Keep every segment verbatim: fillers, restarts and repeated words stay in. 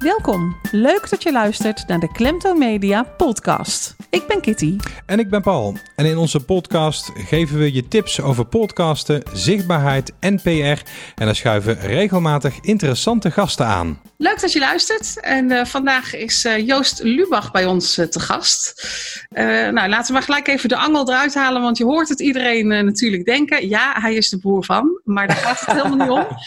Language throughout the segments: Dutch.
Welkom, leuk dat je luistert naar de Klemtoon Media podcast. Ik ben Kitty. En ik ben Paul. En in onze podcast geven we je tips over podcasten, zichtbaarheid en P R. En daar schuiven regelmatig interessante gasten aan. Leuk dat je luistert. En uh, vandaag is uh, Joost Lubach bij ons uh, te gast. Uh, nou, laten we maar gelijk even de angel eruit halen, want je hoort het iedereen uh, natuurlijk denken. Ja, hij is de broer van, maar daar gaat het helemaal niet om.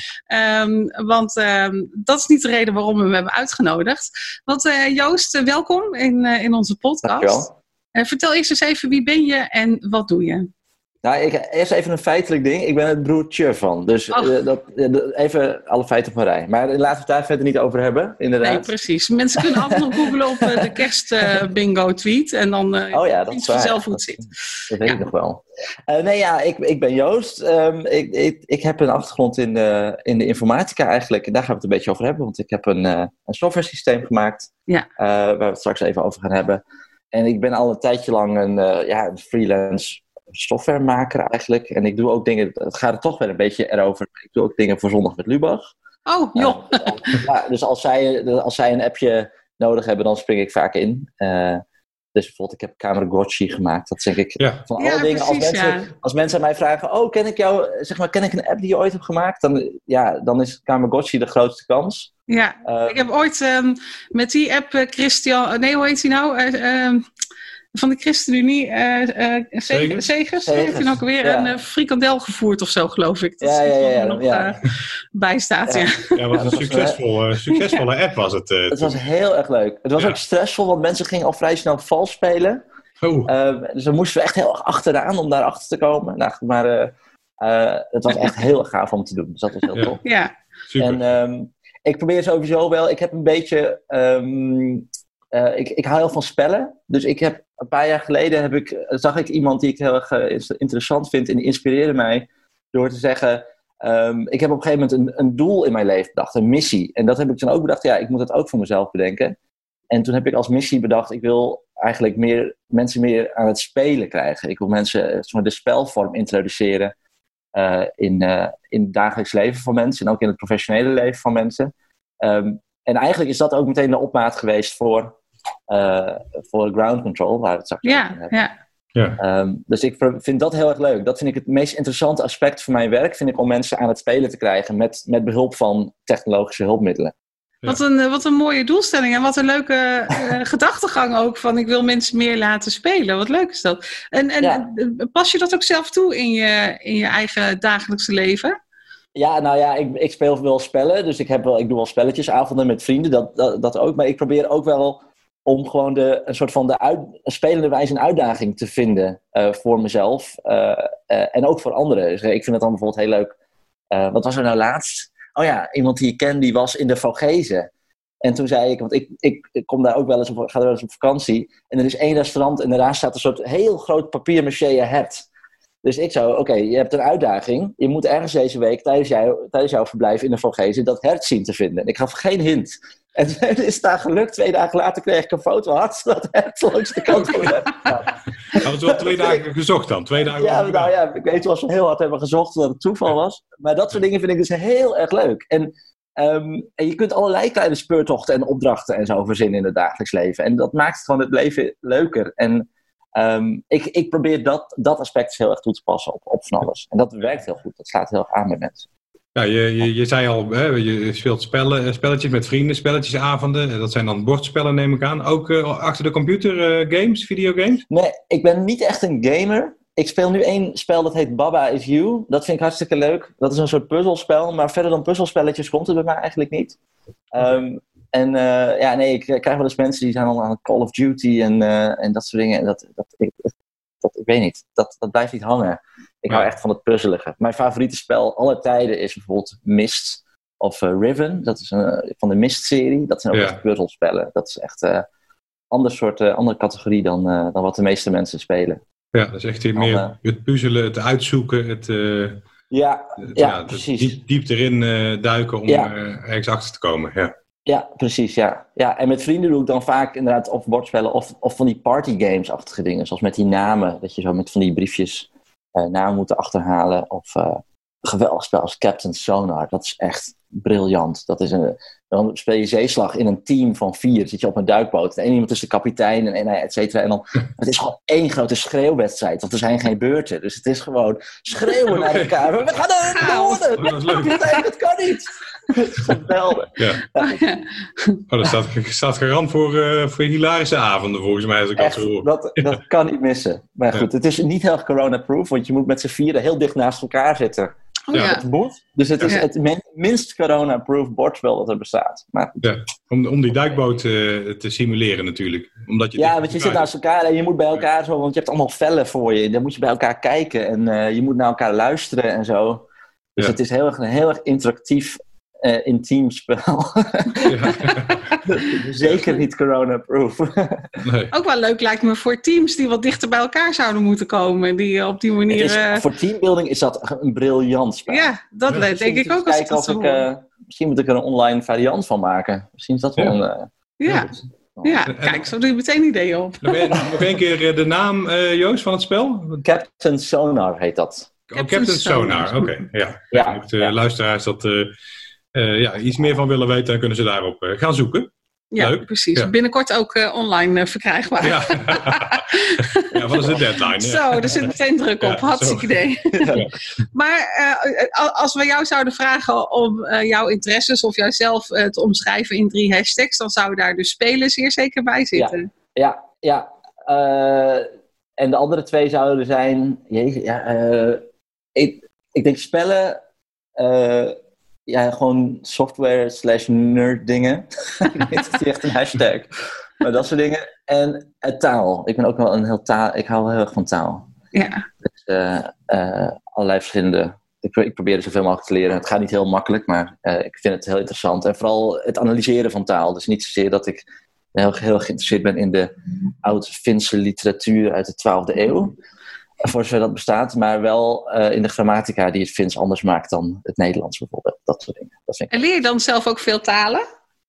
Um, want um, dat is niet de reden waarom we hem hebben uitgenodigd. Want uh, Joost, uh, welkom in, uh, in onze podcast. Dankjewel. Uh, vertel eerst eens even, wie ben je en wat doe je? Nou, ik, eerst even een feitelijk ding. Ik ben het broertje van. Dus oh. uh, dat, uh, even alle feiten op een rij. Maar laten we het daar verder niet over hebben, inderdaad. Nee, precies. Mensen kunnen altijd nog googlen op uh, de kerstbingo uh, tweet. En dan uh, oh ja, dat is vanzelf hoe het zit. Dat weet ja. ik nog wel. Uh, nee, ja, ik, ik ben Joost. Um, ik, ik, ik heb een achtergrond in de, in de informatica eigenlijk. En daar gaan we het een beetje over hebben. Want ik heb een, uh, een software systeem gemaakt. Ja. Uh, waar we het straks even over gaan hebben. En ik ben al een tijdje lang een, uh, ja, een freelance softwaremaker eigenlijk. En ik doe ook dingen, het gaat er toch wel een beetje erover. Ik doe ook dingen voor Zondag met Lubach. Oh, joh. Uh, ja, dus als zij, als zij een appje nodig hebben, dan spring ik vaak in. Uh, dus bijvoorbeeld, ik heb Kameragotchi gemaakt. Dat zeg ik ja. van alle ja, dingen. Precies, als, mensen, ja. als mensen aan mij vragen, oh, ken ik jou, zeg maar, ken ik een app die je ooit hebt gemaakt? Dan, ja, dan is Kameragotchi de grootste kans. Ja, uh, ik heb ooit um, met die app uh, Christian, nee, hoe heet hij nou? Uh, uh, van de ChristenUnie, uh, uh, Zegers, Zegers heeft hij ook weer ja. een uh, frikandel gevoerd of zo, geloof ik. Dat ja, ja, ja, er ja, nog ja. Uh, bij staat, ja. Ja, ja wat een succesvolle, succesvolle app was het. Uh, het was heel erg leuk. Het was ja. ook stressvol, want mensen gingen al vrij snel vals spelen. Oh. Uh, dus dan moesten we echt heel erg achteraan om daar achter te komen. Nou, maar uh, uh, het was echt heel erg gaaf om te doen. Dus dat was heel ja. tof. Ja. Super. En um, ik probeer sowieso wel, ik heb een beetje... Um, Uh, ik, ik hou heel van spellen. Dus ik heb een paar jaar geleden heb ik, zag ik iemand die ik heel erg uh, interessant vind en die inspireerde mij door te zeggen, um, ik heb op een gegeven moment een, een doel in mijn leven bedacht, een missie. En dat heb ik toen ook bedacht, ja, ik moet het ook voor mezelf bedenken. En toen heb ik als missie bedacht, ik wil eigenlijk meer mensen meer aan het spelen krijgen. Ik wil mensen uh, de spelvorm introduceren uh, in, uh, in het dagelijks leven van mensen en ook in het professionele leven van mensen. Um, En eigenlijk is dat ook meteen de opmaat geweest voor, uh, voor ground control, waar we het straks ja, over hebben. Ja. Ja. Um, dus ik vind dat heel erg leuk. Dat vind ik het meest interessante aspect van mijn werk, vind ik om mensen aan het spelen te krijgen met, met behulp van technologische hulpmiddelen. Ja. Wat, een, wat een mooie doelstelling en wat een leuke uh, gedachtegang ook van ik wil mensen meer laten spelen. Wat leuk is dat. En, en ja. pas je dat ook zelf toe in je, in je eigen dagelijkse leven? Ja, nou ja, ik, ik speel wel spellen. Dus ik, heb wel, ik doe wel spelletjesavonden met vrienden. Dat, dat, dat ook. Maar ik probeer ook wel om gewoon de, een soort van de uit, een spelende wijze een uitdaging te vinden uh, voor mezelf. Uh, uh, en ook voor anderen. Dus ik vind het dan bijvoorbeeld heel leuk. Uh, wat was er nou laatst? Oh ja, iemand die ik ken, die was in de Vogezen. En toen zei ik, want ik, ik, ik kom daar ook wel eens op, ga er wel eens op vakantie. En er is één restaurant en daarnaast staat een soort heel groot papier-maché hert. Dus ik zou, oké, okay, je hebt een uitdaging. Je moet ergens deze week tijdens, jou, tijdens jouw verblijf in de Vogezen dat hert zien te vinden. En ik gaf geen hint. En het is daar gelukt. Twee dagen later kreeg ik een foto. Had dat hert langs de kant van de nou. Dat was wel twee dagen gezocht dan? Twee dagen ja, nou ja, ik weet wel, we heel hard hebben gezocht dat het toeval was. Maar dat soort dingen vind ik dus heel erg leuk. En, um, en je kunt allerlei kleine speurtochten en opdrachten en zo verzinnen in het dagelijks leven. En dat maakt gewoon het leven leuker. En Um, ik, ik probeer dat, dat aspect heel erg toe te passen op, op van alles. En dat werkt heel goed. Dat slaat heel erg aan bij mensen. Ja, je, je, je zei al, hè, je speelt spellen, spelletjes met vrienden, spelletjesavonden. Dat zijn dan bordspellen, neem ik aan. Ook uh, achter de computer uh, games, videogames? Nee, ik ben niet echt een gamer. Ik speel nu één spel dat heet Baba Is You. Dat vind ik hartstikke leuk. Dat is een soort puzzelspel. Maar verder dan puzzelspelletjes komt het bij mij eigenlijk niet. Um, En uh, ja, nee, ik krijg wel eens mensen die zijn al aan Call of Duty en, uh, en dat soort dingen. Dat, dat, ik, dat, ik weet niet, dat, dat blijft niet hangen. Ik ja. hou echt van het puzzelige. Mijn favoriete spel aller tijden is bijvoorbeeld Myst of uh, Riven. Dat is een, van de Myst-serie. Dat zijn ook ja. echt puzzelspellen. Dat is echt een uh, ander soort, uh, andere categorie dan, uh, dan wat de meeste mensen spelen. Ja, dat is echt dan, meer uh, het puzzelen, het uitzoeken, het... Uh... Ja, het, ja, ja precies. Diep, diep erin uh, duiken om ja. uh, ergens achter te komen, ja. Ja, precies, ja. ja. En met vrienden doe ik dan vaak inderdaad of bordspellen of, of van die partygames-achtige dingen. Zoals met die namen, dat je zo met van die briefjes uh, namen moet achterhalen. Of uh, een geweldig spel als Captain Sonar. Dat is echt briljant. Dat is een, dan speel je zeeslag in een team van vier. Dan zit je op een duikboot. En één iemand is de kapitein en, en et cetera. En dan, het is gewoon één grote schreeuwwedstrijd. Want er zijn geen beurten. Dus het is gewoon schreeuwen naar elkaar. We gaan er worden! Oh, dat is leuk. Nee, dat kan niet! Het is geweldig. Ja. Oh, dat staat, staat garant voor, uh, voor hilarische avonden, volgens mij, als ik Echt, dat zo hoor. dat, dat kan niet missen. Maar goed, ja. Het is niet heel corona-proof, want je moet met z'n vieren heel dicht naast elkaar zitten. Oh, ja. Het moet. Dus het is ja. het min, minst corona-proof bordspel dat er bestaat. Maar, ja. om, om die duikboot uh, te simuleren natuurlijk. Omdat je ja, want je zit naast elkaar en je moet bij elkaar zo, want je hebt allemaal vellen voor je. Dan moet je bij elkaar kijken en uh, je moet naar elkaar luisteren en zo. Dus ja. Het is heel erg, een heel erg interactief Uh, intiem spel. Ja. Zeker niet corona-proof. Nee. Ook wel leuk lijkt me voor teams die wat dichter bij elkaar zouden moeten komen. Die op die manier... Is, uh... Voor teambuilding is dat een briljant spel. Ja, dat ja. denk ik ook. Als ik dat ik, uh, misschien moet ik er een online variant van maken. Misschien is dat wel ja. een... Uh, ja. Ja, kijk, zo doe je meteen ideeën op. Nog één keer de naam, uh, Joost, van het spel? Captain Sonar heet dat. Oh, Captain, Captain Sonar, oké. Okay. Ja. Ja. Ja. De ja. luisteraars dat... Uh, Uh, ja, iets meer van willen weten, dan kunnen ze daarop uh, gaan zoeken. Ja, leuk. Precies. Ja. Binnenkort ook uh, online uh, verkrijgbaar. Ja. Ja, wat is de deadline? Zo, er zit meteen druk op. Ja, hartstikke idee. Ja. Maar uh, als we jou zouden vragen om uh, jouw interesses of jouzelf uh, te omschrijven in drie hashtags, dan zou daar dus spelen zeer zeker bij zitten. Ja, ja. ja. Uh, en de andere twee zouden zijn... Jezus, ja, uh, ik, ik denk spellen... Uh, Ja, gewoon software slash nerd dingen. Het is echt een hashtag. Maar dat soort dingen. En uh, taal. Ik ben ook wel een heel taal... Ik hou wel heel erg van taal. Ja. Dus, uh, uh, allerlei verschillende... Ik, ik probeer er zoveel mogelijk te leren. Het gaat niet heel makkelijk, maar uh, ik vind het heel interessant. En vooral het analyseren van taal. Dus niet zozeer dat ik heel, heel geïnteresseerd ben in de oud-Finse literatuur uit de twaalfde eeuw. Voor zover dat bestaat, maar wel uh, in de grammatica die het Fins anders maakt dan het Nederlands bijvoorbeeld. Dat soort dingen. Dat vind ik en leer je dan zelf ook veel talen?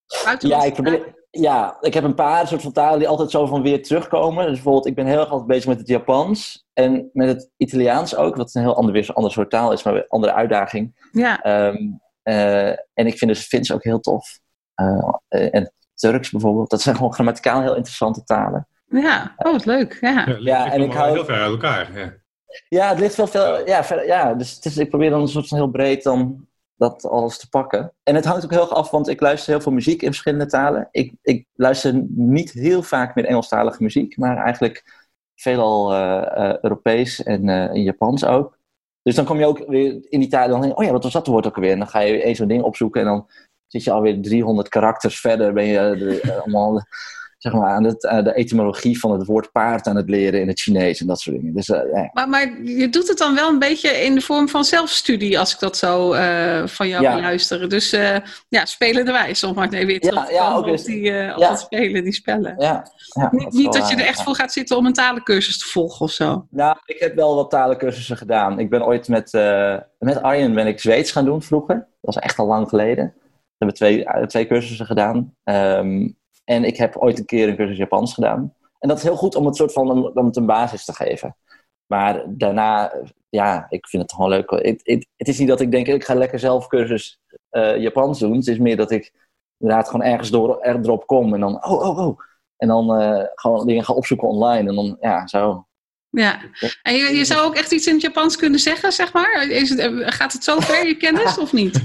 Ja ik, probeer, ja, ik heb een paar soort van talen die altijd zo van weer terugkomen. Dus bijvoorbeeld, ik ben heel erg altijd bezig met het Japans en met het Italiaans ook, wat een heel ander, weer, ander soort taal is, maar een andere uitdaging. Ja. Um, uh, en ik vind dus Fins ook heel tof. Uh, uh, en Turks bijvoorbeeld, dat zijn gewoon grammaticaal heel interessante talen. Ja, oh wat leuk. Ja, ja, ja en ik hou heel ver uit elkaar. Ja, ja het ligt wel veel. Ja, ver, ja dus het is, ik probeer dan een soort van heel breed dan dat alles te pakken. En het hangt ook heel erg af, want ik luister heel veel muziek in verschillende talen. Ik, ik luister niet heel vaak meer Engelstalige muziek, maar eigenlijk veelal uh, uh, Europees en uh, in Japans ook. Dus dan kom je ook weer in die taal, dan denk je, oh ja, wat was dat woord ook alweer? En dan ga je één zo'n ding opzoeken en dan zit je alweer driehonderd karakters verder, ben je uh, de, allemaal... zeg maar, aan het, uh, de etymologie van het woord paard aan het leren in het Chinees en dat soort dingen. Dus, uh, ja. maar, maar je doet het dan wel een beetje in de vorm van zelfstudie, als ik dat zo uh, van jou ja. luister. Dus uh, ja, spelenderwijs, om maar weer terug te ja, komen ja, op, die, uh, op ja. het spelen, die spellen. Ja, ja, niet dat, niet wel, dat je er echt ja. voor gaat zitten om een talencursus te volgen of zo. Nou, ik heb wel wat talencursussen gedaan. Ik ben ooit met, uh, met Arjen ben ik Zweeds gaan doen vroeger. Dat was echt al lang geleden. We hebben twee, uh, twee cursussen gedaan. Um, En ik heb ooit een keer een cursus Japans gedaan. En dat is heel goed om het soort van een, om het een basis te geven. Maar daarna, ja, ik vind het gewoon leuk. Het, het, het is niet dat ik denk, ik ga lekker zelf cursus uh, Japans doen. Het is meer dat ik inderdaad gewoon ergens door, er, erop kom. En dan, oh, oh, oh. En dan uh, gewoon dingen gaan opzoeken online. En dan, ja, zo. Ja, en je, je zou ook echt iets in het Japans kunnen zeggen, zeg maar? Is het, gaat het zo ver, je kennis, of niet?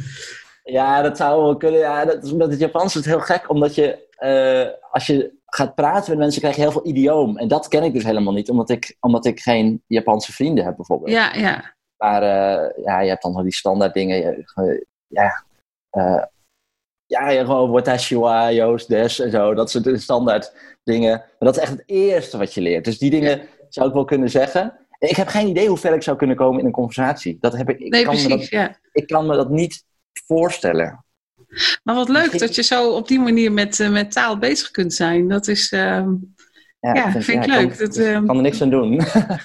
Ja, dat zou wel kunnen. Ja, dat is, met het Japans is het heel gek, omdat je, uh, als je gaat praten met mensen, krijg je heel veel idioom. En dat ken ik dus helemaal niet, omdat ik, omdat ik geen Japanse vrienden heb, bijvoorbeeld. Ja, ja. Maar uh, ja, je hebt dan nog die standaard dingen. Ja, uh, ja, je gewoon watashi wa, Joost, des en zo. Dat soort standaard dingen. Maar dat is echt het eerste wat je leert. Dus die dingen ja. zou ik wel kunnen zeggen. Ik heb geen idee hoe ver ik zou kunnen komen in een conversatie. Dat heb ik, ik, nee, kan, precies, me dat, ja. ik kan me dat niet voorstellen. Maar wat leuk dat je zo op die manier met, uh, met taal bezig kunt zijn. Dat is, uh, ja, ja vind, vind ik ja, leuk. Ik kan, dat, uh, kan er niks aan doen.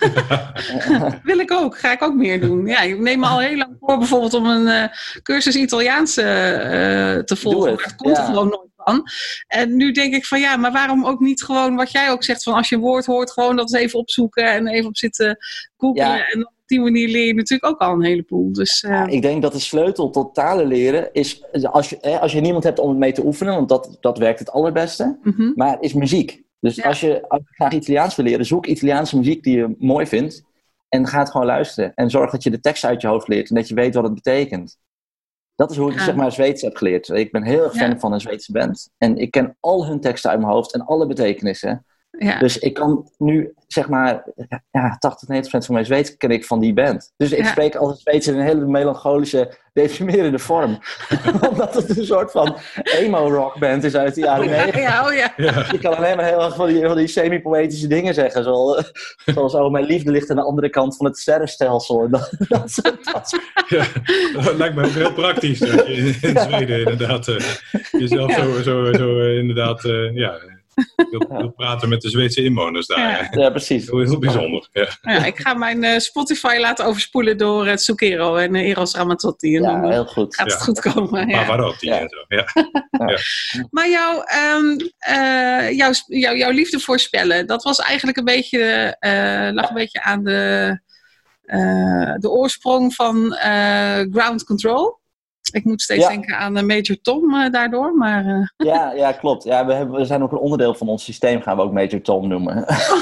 Wil ik ook, ga ik ook meer doen. Ja, ik neem me al heel lang voor bijvoorbeeld om een uh, cursus Italiaans uh, te volgen. Maar het komt ja. er gewoon nooit van. En nu denk ik van ja, maar waarom ook niet gewoon wat jij ook zegt, van als je een woord hoort, gewoon dat eens even opzoeken en even op zitten googlen. Ja. En dan die manier leer je natuurlijk ook al een heleboel. Dus, uh... ja, ik denk dat de sleutel tot talen leren is, als je, hè, als je niemand hebt om het mee te oefenen, want dat, dat werkt het allerbeste, mm-hmm. maar is muziek. Dus ja. als, je, als je graag Italiaans wil leren, zoek Italiaanse muziek die je mooi vindt en ga het gewoon luisteren. En zorg dat je de tekst uit je hoofd leert en dat je weet wat het betekent. Dat is hoe ik ja. zeg maar Zweeds heb geleerd. Ik ben heel erg fan ja. van een Zweedse band. En ik ken al hun teksten uit mijn hoofd en alle betekenissen. Ja. Dus ik kan nu, zeg maar, ja, tachtig, negentig procent van mijn Zweeds ken ik van die band. Dus ik ja. spreek altijd Zweeds in een hele melancholische, deprimerende vorm. Omdat het een soort van emo-rockband is uit de jaren negentig. Ja, oh ja. Ja. Ik kan alleen maar heel erg van die, van die semi-poëtische dingen zeggen. Zoals, zoals oh, mijn liefde ligt aan de andere kant van het sterrenstelsel. En dat, dat, dat. Ja, dat lijkt me ook heel praktisch. Dat je in, in Zweden inderdaad uh, jezelf ja. zo, zo, zo uh, inderdaad, uh, ja... Ik wil, wil praten met de Zweedse inwoners daar. Ja, ja precies. Heel, heel bijzonder. Ja. Ja, ik ga mijn uh, Spotify laten overspoelen door uh, Zucchero en uh, Eros Ramazzotti. En ja, dan, heel goed. Gaat ja. het goed komen. Ja. Pavarotti ja. en zo. Ja. Ja. Maar jouw, um, uh, jouw, jouw, jouw liefde voor spellen, dat was eigenlijk een beetje, uh, lag een beetje aan de, uh, de oorsprong van uh, Ground Control. Ik moet steeds ja. denken aan Major Tom uh, daardoor, maar... Uh... Ja, ja, klopt. Ja, we, hebben, we zijn ook een onderdeel van ons systeem, gaan we ook Major Tom noemen.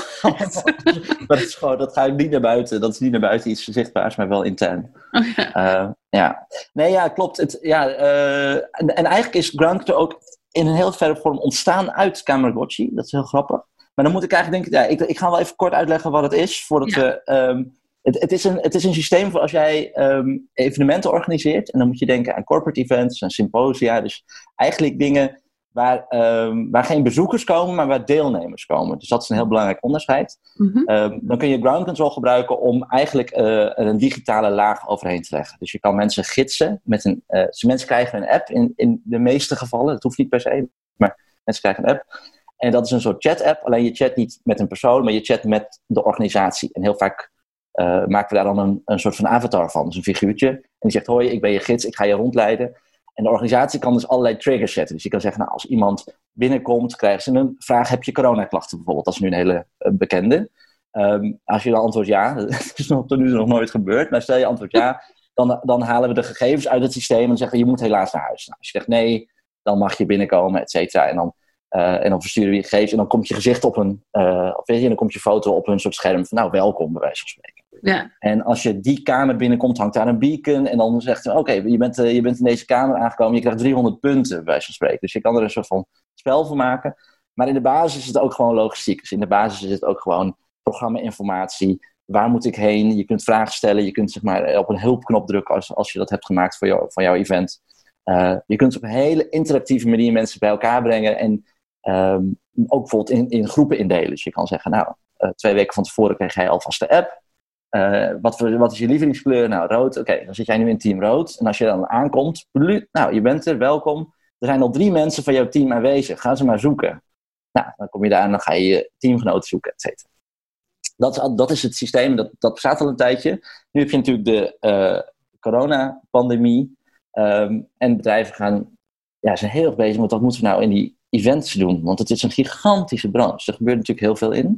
dat, is gewoon, dat ga ik niet naar buiten. Dat is niet naar buiten iets zichtbaars, maar wel intern. Oh, ja. Uh, ja. Nee, ja, klopt. Het, ja, uh, en, en eigenlijk is Ground Control ook in een heel verre vorm ontstaan uit Kamergotchi. Dat is heel grappig. Maar dan moet ik eigenlijk denken... Ja, ik, ik ga wel even kort uitleggen wat het is, voordat ja. we... Um, Het, het, is een, het is een systeem voor als jij um, evenementen organiseert. En dan moet je denken aan corporate events en symposia. Dus eigenlijk dingen waar, um, waar geen bezoekers komen, maar waar deelnemers komen. Dus dat is een heel belangrijk onderscheid. Mm-hmm. Um, dan kun je ground control gebruiken om eigenlijk uh, een digitale laag overheen te leggen. Dus je kan mensen gidsen. Met een, uh, dus mensen krijgen een app in, in de meeste gevallen. Dat hoeft niet per se, maar mensen krijgen een app. En dat is een soort chat-app. Alleen je chat niet met een persoon, maar je chat met de organisatie. En heel vaak... Uh, maken we daar dan een, een soort van avatar van. Dus een figuurtje. En die zegt, hoi, ik ben je gids, ik ga je rondleiden. En de organisatie kan dus allerlei triggers zetten. Dus je kan zeggen, nou, als iemand binnenkomt, krijgen ze een vraag, heb je coronaklachten bijvoorbeeld? Dat is nu een hele uh, bekende. Um, als je dan antwoordt ja, dat is nog, tot nu nog nooit gebeurd. Maar stel je antwoord ja, dan, dan halen we de gegevens uit het systeem en zeggen, je moet helaas naar huis. Nou, als je zegt nee, dan mag je binnenkomen, et cetera. En dan, uh, en dan versturen we je gegevens en dan komt je gezicht op een, uh, of weet je, dan komt je foto op een soort scherm van, nou, welkom, bij wijze van spreken. Ja. En als je die kamer binnenkomt, hangt daar een beacon. En dan zegt hij, oké, okay, je, bent, uh, je bent in deze kamer aangekomen. Je krijgt driehonderd punten, bij wijze van spreken. Dus je kan er een soort van spel van maken. Maar in de basis is het ook gewoon logistiek. Dus in de basis is het ook gewoon programma-informatie. Waar moet ik heen? Je kunt vragen stellen. Je kunt zeg maar op een hulpknop drukken als, als je dat hebt gemaakt voor, jou, voor jouw event. Uh, je kunt op een hele interactieve manier mensen bij elkaar brengen. En um, ook bijvoorbeeld in, in groepen indelen. Dus je kan zeggen, nou, uh, twee weken van tevoren krijg jij alvast de app. Uh, wat, wat is je lievelingskleur? Nou, rood. Oké, okay, dan zit jij nu in team rood. En als je dan aankomt, nou, je bent er, welkom. Er zijn al drie mensen van jouw team aanwezig. Ga ze maar zoeken. Nou, dan kom je daar en dan ga je je teamgenoten zoeken, et cetera. Dat is, dat is het systeem, dat, dat bestaat al een tijdje. Nu heb je natuurlijk de uh, coronapandemie. Um, en bedrijven gaan, ja, zijn heel erg bezig met wat moeten we nou in die events doen. Want het is een gigantische branche. Er gebeurt natuurlijk heel veel in.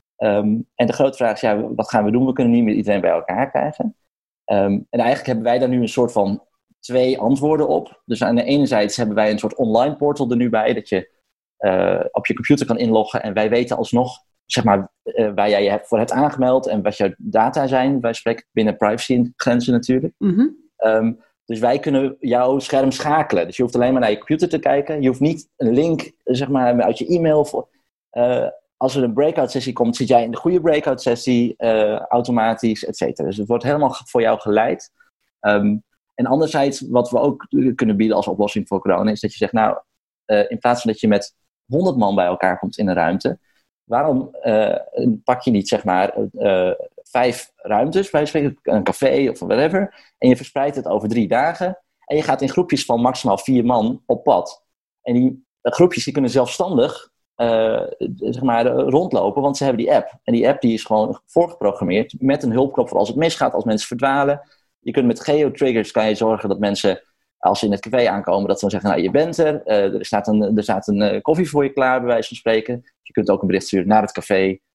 Um, en de grote vraag is, ja, wat gaan we doen? We kunnen niet meer iedereen bij elkaar krijgen. Um, en eigenlijk hebben wij daar nu een soort van twee antwoorden op. Dus aan de ene zijde hebben wij een soort online portal er nu bij, dat je uh, op je computer kan inloggen en wij weten alsnog, zeg maar, uh, waar jij je voor hebt aangemeld en wat jouw data zijn. Wij spreken binnen privacygrenzen natuurlijk. Mm-hmm. Um, dus wij kunnen jouw scherm schakelen. Dus je hoeft alleen maar naar je computer te kijken. Je hoeft niet een link, zeg maar, uit je e-mail voor... Uh, Als er een breakout sessie komt, zit jij in de goede breakout sessie, uh, automatisch, et cetera. Dus het wordt helemaal voor jou geleid. Um, en anderzijds, wat we ook kunnen bieden als oplossing voor corona, is dat je zegt, nou, uh, in plaats van dat je met honderd man bij elkaar komt in een ruimte, waarom uh, pak je niet, zeg maar, uh, vijf ruimtes, bij een café of whatever, en je verspreidt het over drie dagen, en je gaat in groepjes van maximaal vier man op pad. En die uh, groepjes die kunnen zelfstandig Uh, zeg maar, rondlopen, want ze hebben die app. En die app die is gewoon voorgeprogrammeerd met een hulpknop voor als het misgaat, als mensen verdwalen. Je kunt met geotriggers kan je zorgen dat mensen, als ze in het café aankomen, dat ze dan zeggen, nou, je bent er, uh, er staat een, er staat een uh, koffie voor je klaar, bij wijze van spreken. Je kunt ook een bericht sturen naar het café,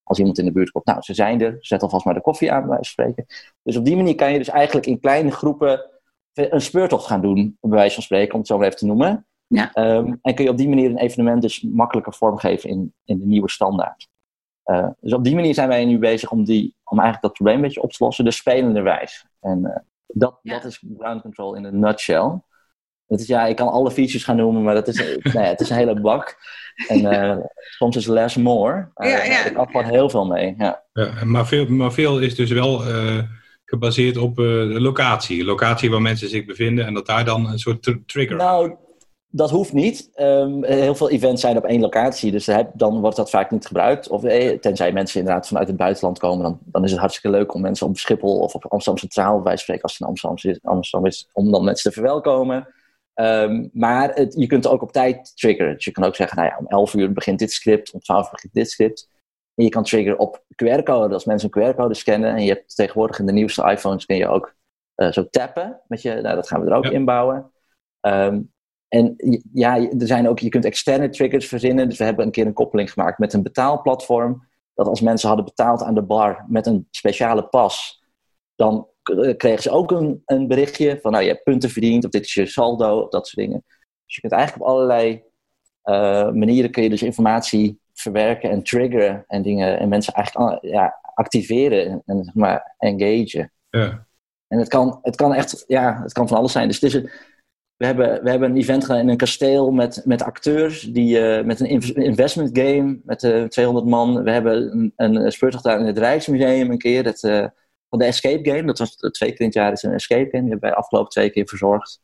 als iemand in de buurt komt, nou, ze zijn er, zet alvast maar de koffie aan, bij wijze van spreken. Dus op die manier kan je dus eigenlijk in kleine groepen een speurtocht gaan doen, bij wijze van spreken, om het zo maar even te noemen. Ja. Um, en kun je op die manier een evenement dus makkelijker vormgeven in, in de nieuwe standaard. Uh, dus op die manier zijn wij nu bezig om, die, om eigenlijk dat probleem een beetje op te lossen, dus spelenderwijs. En uh, dat, Ja. dat is ground control in een nutshell. Het is, ja, ik kan alle features gaan noemen, maar dat is, nou ja, het is een hele bak. En uh, soms is less more. Uh, Ja, ja. Ik kan gewoon heel veel mee. Ja. Ja, maar, veel, maar veel is dus wel uh, gebaseerd op uh, de locatie. Locatie waar mensen zich bevinden en dat daar dan een soort tr- trigger. Nou, dat hoeft niet. Um, heel veel events zijn op één locatie, dus dan wordt dat vaak niet gebruikt. Of, eh, tenzij mensen inderdaad vanuit het buitenland komen, dan, dan is het hartstikke leuk om mensen op Schiphol of op Amsterdam Centraal, bij wijze van spreken, als het in Amsterdam is, Amsterdam is, om dan mensen te verwelkomen. Um, maar het, je kunt ook op tijd triggeren. Dus je kan ook zeggen, nou ja, om elf uur begint dit script, om twaalf uur begint dit script. En je kan triggeren op Q R-code, als mensen een Q R-code scannen. En je hebt tegenwoordig in de nieuwste iPhones kun je ook uh, zo tappen. Met je, nou, dat gaan we er ook Ja. inbouwen. Um, en ja, er zijn ook, je kunt externe triggers verzinnen. Dus we hebben een keer een koppeling gemaakt met een betaalplatform. Dat als mensen hadden betaald aan de bar met een speciale pas, dan kregen ze ook een, een berichtje van, nou, je hebt punten verdiend, of dit is je saldo, of dat soort dingen. Dus je kunt eigenlijk op allerlei uh, manieren kun je dus informatie verwerken en triggeren en dingen, en mensen eigenlijk uh, ja, activeren en, en zeg maar engagen. Ja. En het kan, het kan echt, ja, het kan van alles zijn. Dus het is een, we, hebben, we hebben een event gedaan in een kasteel met, met acteurs, die, uh, met een investment game met uh, tweehonderd man. We hebben een, een speurtocht gedaan in het Rijksmuseum een keer, dat... Uh, van de Escape Game, dat was twee keer in het jaar is een Escape Game. Die hebben wij afgelopen twee keer verzorgd.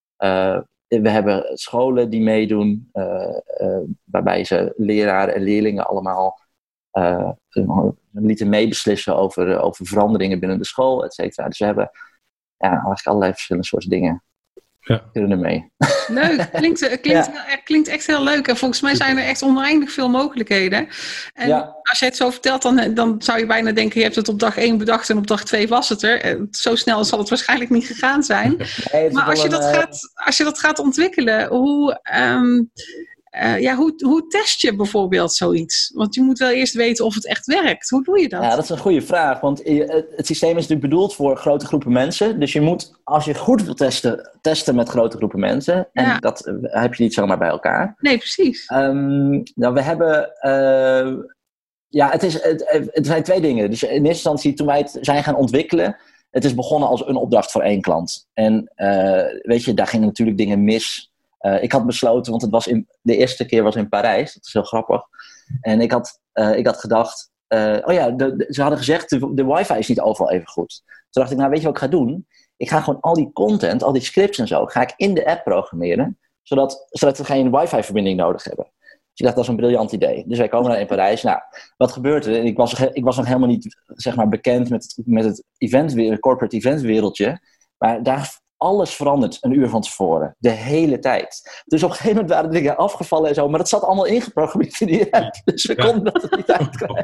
Uh, we hebben scholen die meedoen, uh, uh, waarbij ze leraren en leerlingen allemaal uh, lieten meebeslissen over, over veranderingen binnen de school, et cetera. Dus we hebben ja, eigenlijk allerlei verschillende soorten dingen. Ja. Kunnen er mee. Leuk, klinkt, klinkt, Ja. heel- klinkt echt heel leuk. En volgens mij zijn er echt oneindig veel mogelijkheden. En Ja. als je het zo vertelt, dan, dan zou je bijna denken, je hebt het op dag één bedacht en op dag twee was het er. En zo snel zal het waarschijnlijk niet gegaan zijn. Nee, het is Maar als je, wel dat een, uh, gaat, als je dat gaat ontwikkelen, hoe, um, uh, ja, hoe, hoe test je bijvoorbeeld zoiets? Want je moet wel eerst weten of het echt werkt. Hoe doe je dat? Ja, dat is een goede vraag. Want het systeem is natuurlijk bedoeld voor grote groepen mensen. Dus je moet, als je goed wil testen, testen met grote groepen mensen. En Ja. dat heb je niet zomaar bij elkaar. Nee, precies. Um, nou, we hebben... Uh, ja, het, is, het, het zijn twee dingen. Dus in eerste instantie, toen wij het zijn gaan ontwikkelen, het is begonnen als een opdracht voor één klant. En uh, weet je, daar gingen natuurlijk dingen mis. Uh, ik had besloten, want het was in, de eerste keer was in Parijs. Dat is heel grappig. En ik had, uh, ik had gedacht... Uh, oh ja, de, de, ze hadden gezegd, de, de wifi is niet overal even goed. Toen dacht ik, nou weet je wat ik ga doen? Ik ga gewoon al die content, al die scripts en zo, ga ik in de app programmeren. Zodat, zodat we geen wifi-verbinding nodig hebben. Dus ik dacht, dat is een briljant idee. Dus wij komen daar in Parijs. Nou, wat gebeurt er? Ik was, ik was nog helemaal niet, zeg maar, bekend met het, met het event, corporate event wereldje. Maar daar alles verandert een uur van tevoren. De hele tijd. Dus op een gegeven moment waren dingen afgevallen en zo. Maar dat zat allemaal ingeprogrammeerd in die app. Dus we konden dat er niet uitkrijgen.